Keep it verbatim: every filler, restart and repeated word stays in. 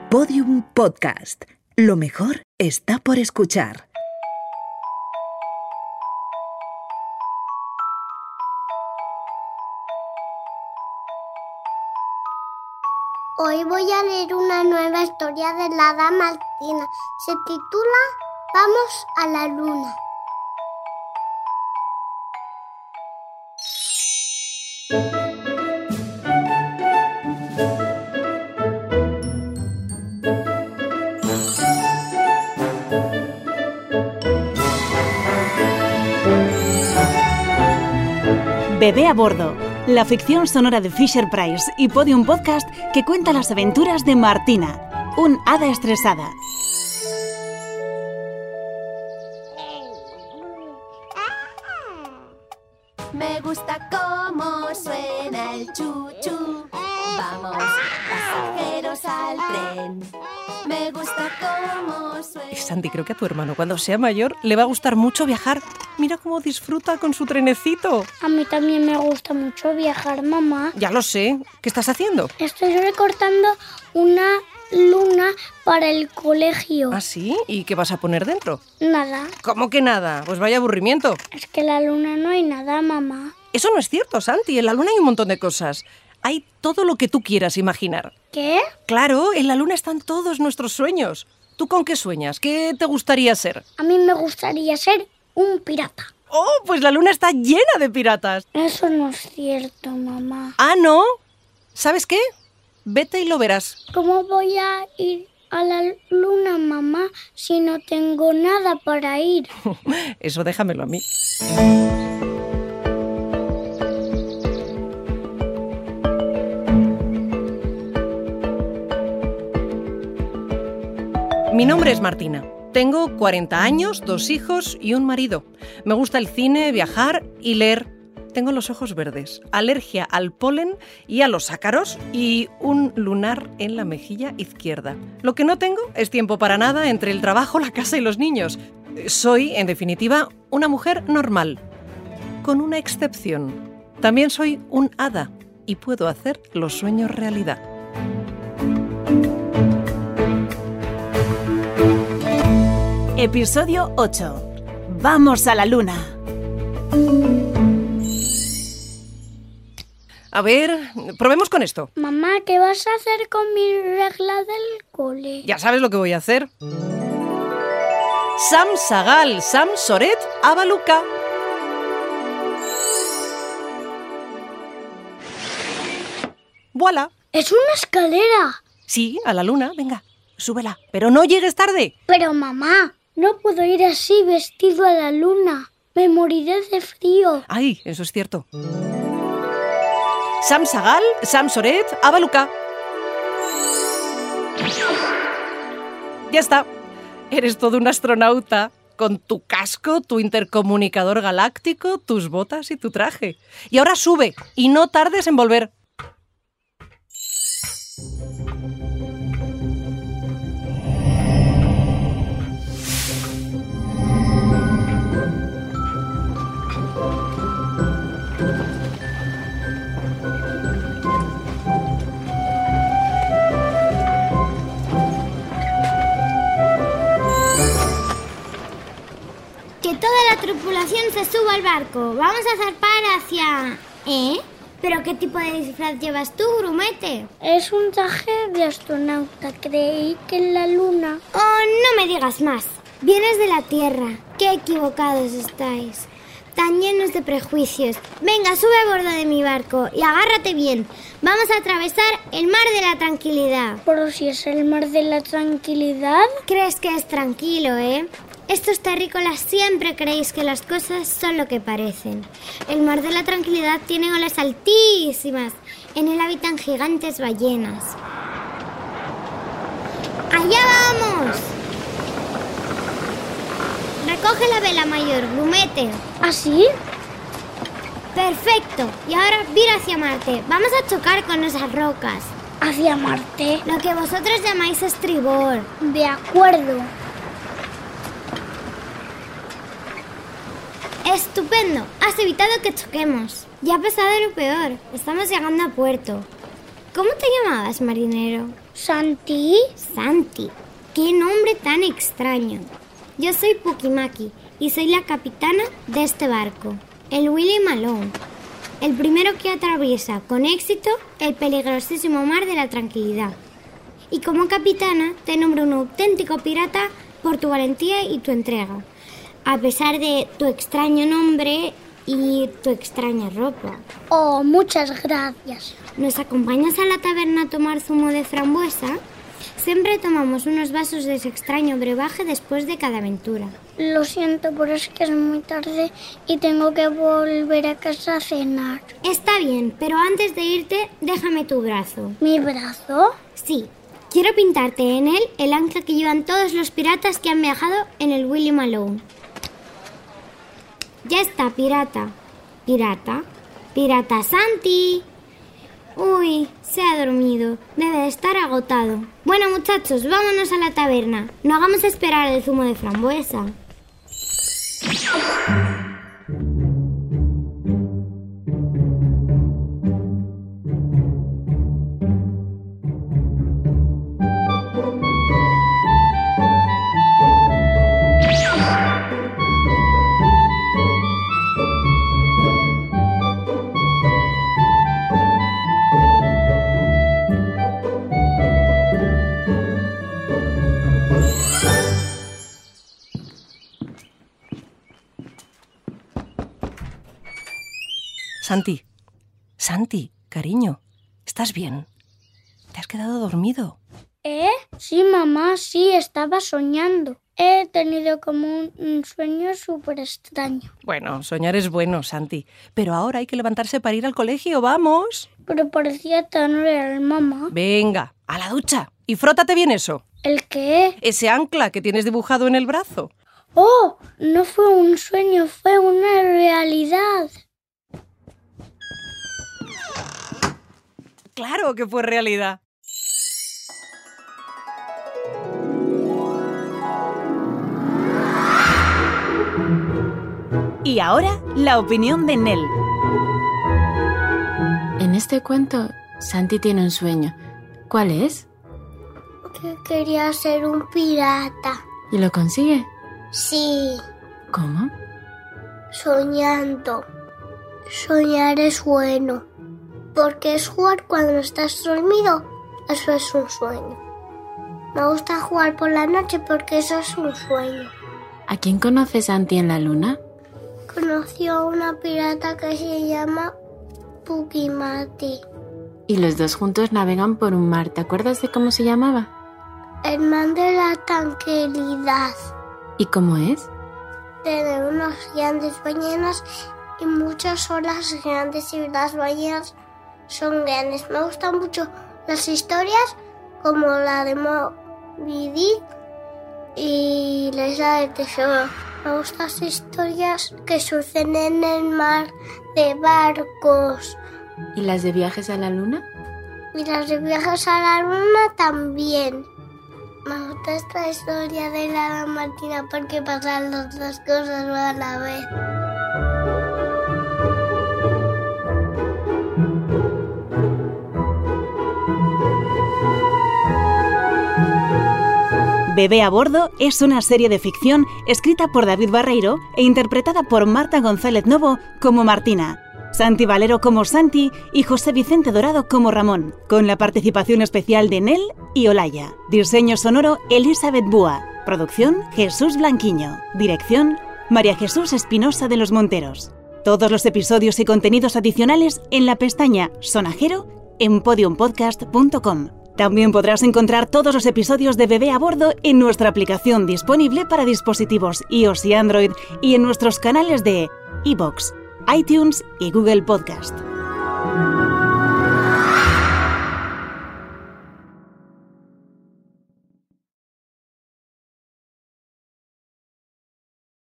Podium Podcast. Lo mejor está por escuchar. Hoy voy a leer una nueva historia de la hada Martina. Se titula Vamos a la luna. Bebé a bordo, la ficción sonora de Fisher Price y Podium Podcast que cuenta las aventuras de Martina, un hada estresada. Me gusta cómo suena el chuchu. Vamos, pasajeros al tren. Me gusta cómo suena... Santi, creo que a tu hermano, cuando sea mayor, le va a gustar mucho viajar. Mira cómo disfruta con su trenecito. A mí también me gusta mucho viajar, mamá. Ya lo sé. ¿Qué estás haciendo? Estoy recortando una luna para el colegio. ¿Ah, sí? ¿Y qué vas a poner dentro? Nada. ¿Cómo que nada? Pues vaya aburrimiento. Es que en la luna no hay nada, mamá. Eso no es cierto, Santi. En la luna hay un montón de cosas. Hay todo lo que tú quieras imaginar. ¿Qué? Claro, en la luna están todos nuestros sueños. ¿Tú con qué sueñas? ¿Qué te gustaría ser? A mí me gustaría ser un pirata. ¡Oh, pues la luna está llena de piratas! Eso no es cierto, mamá. ¿Ah, no? ¿Sabes qué? Vete y lo verás. ¿Cómo voy a ir a la luna, mamá, si no tengo nada para ir? Eso déjamelo a mí. Mi nombre es Martina. Tengo cuarenta años, dos hijos y un marido. Me gusta el cine, viajar y leer. Tengo los ojos verdes, alergia al polen y a los ácaros y un lunar en la mejilla izquierda. Lo que no tengo es tiempo para nada entre el trabajo, la casa y los niños. Soy, en definitiva, una mujer normal, con una excepción. También soy un hada y puedo hacer los sueños realidad. Episodio ocho. Vamos a la luna. A ver, probemos con esto. Mamá, ¿qué vas a hacer con mi regla del cole? Ya sabes lo que voy a hacer. Sam Sagal, Sam Soret, Abaluca. ¡Voilà! ¡Es una escalera! Sí, a la luna, venga, súbela. Pero no llegues tarde. Pero mamá, no puedo ir así vestido a la luna. Me moriré de frío. Ay, eso es cierto. Sam Sagal, Sam Soret, Abaluca. Ya está. Eres todo un astronauta, con tu casco, tu intercomunicador galáctico, tus botas y tu traje. Y ahora sube, y no tardes en volver. Que toda la tripulación se suba al barco. Vamos a zarpar hacia... ¿Eh? ¿Pero qué tipo de disfraz llevas tú, grumete? Es un traje de astronauta. Creí que en la luna... Oh, no me digas más. Vienes de la Tierra. Qué equivocados estáis. Tan llenos de prejuicios. Venga, sube a bordo de mi barco y agárrate bien. Vamos a atravesar el mar de la tranquilidad. Pero si es el mar de la tranquilidad... ¿Crees que es tranquilo, eh? Estos terrícolas siempre creéis que las cosas son lo que parecen. El mar de la tranquilidad tiene olas altísimas. En él habitan gigantes ballenas. ¡Allá vamos! Recoge la vela mayor, grumete. ¿Ah, sí? Perfecto. Y ahora vira hacia Marte. Vamos a chocar con esas rocas. ¿Hacia Marte? Lo que vosotros llamáis estribor. De acuerdo. Estupendo, has evitado que choquemos. Ya ha pasado lo peor, estamos llegando a puerto. ¿Cómo te llamabas, marinero? Santi. Santi. ¡Qué nombre tan extraño! Yo soy Pukimaki y soy la capitana de este barco, el Willy Malone. El primero que atraviesa con éxito el peligrosísimo mar de la tranquilidad. Y como capitana te nombro un auténtico pirata por tu valentía y tu entrega, a pesar de tu extraño nombre y tu extraña ropa. Oh, muchas gracias. ¿Nos acompañas a la taberna a tomar zumo de frambuesa? Siempre tomamos unos vasos de ese extraño brebaje después de cada aventura. Lo siento, pero es que es muy tarde y tengo que volver a casa a cenar. Está bien, pero antes de irte, déjame tu brazo. ¿Mi brazo? Sí. Quiero pintarte en él el ancla que llevan todos los piratas que han viajado en el Willy Malone. Ya está, pirata. ¿Pirata? ¡Pirata Santi! Uy, se ha dormido. Debe de estar agotado. Bueno, muchachos, vámonos a la taberna. No hagamos esperar el zumo de frambuesa. Santi, Santi, cariño, ¿estás bien? ¿Te has quedado dormido? ¿Eh? Sí, mamá, sí, estaba soñando. He tenido como un, un sueño súper extraño. Bueno, soñar es bueno, Santi, pero ahora hay que levantarse para ir al colegio, ¡vamos! Pero parecía tan real, mamá. Venga, a la ducha y frótate bien eso. ¿El qué? Ese ancla que tienes dibujado en el brazo. ¡Oh! No fue un sueño, fue una realidad. ¡Claro que fue realidad! Y ahora, la opinión de Nell. En este cuento, Santi tiene un sueño. ¿Cuál es? Que quería ser un pirata. ¿Y lo consigue? Sí. ¿Cómo? Soñando. Soñar es bueno. Porque es jugar cuando estás dormido. Eso es un sueño. Me gusta jugar por la noche porque eso es un sueño. ¿A quién conoce Santi en la luna? Conoció a una pirata que se llama Pukimaki. Y los dos juntos navegan por un mar. ¿Te acuerdas de cómo se llamaba? El mar de la tranquilidad. ¿Y cómo es? Tiene unos grandes ballenas y muchas olas grandes y las ballenas son grandes. Me gustan mucho las historias como la de Moby Dick y la isla del tesoro. Me gustan las historias que suceden en el mar de barcos. ¿Y las de viajes a la luna? Y las de viajes a la luna también. Me gusta esta historia de la hada Martina porque pasan las dos cosas a la vez. Bebé a bordo es una serie de ficción escrita por David Barreiro e interpretada por Marta González Novo como Martina, Santi Valero como Santi y José Vicente Dorado como Ramón, con la participación especial de Nell y Olaya. Diseño sonoro Elizabeth Búa. Producción Jesús Blanquiño. Dirección María Jesús Espinosa de los Monteros. Todos los episodios y contenidos adicionales en la pestaña Sonajero en podium podcast punto com. También podrás encontrar todos los episodios de Bebé a Bordo en nuestra aplicación disponible para dispositivos iOS y Android y en nuestros canales de iVoox, iTunes y Google Podcast.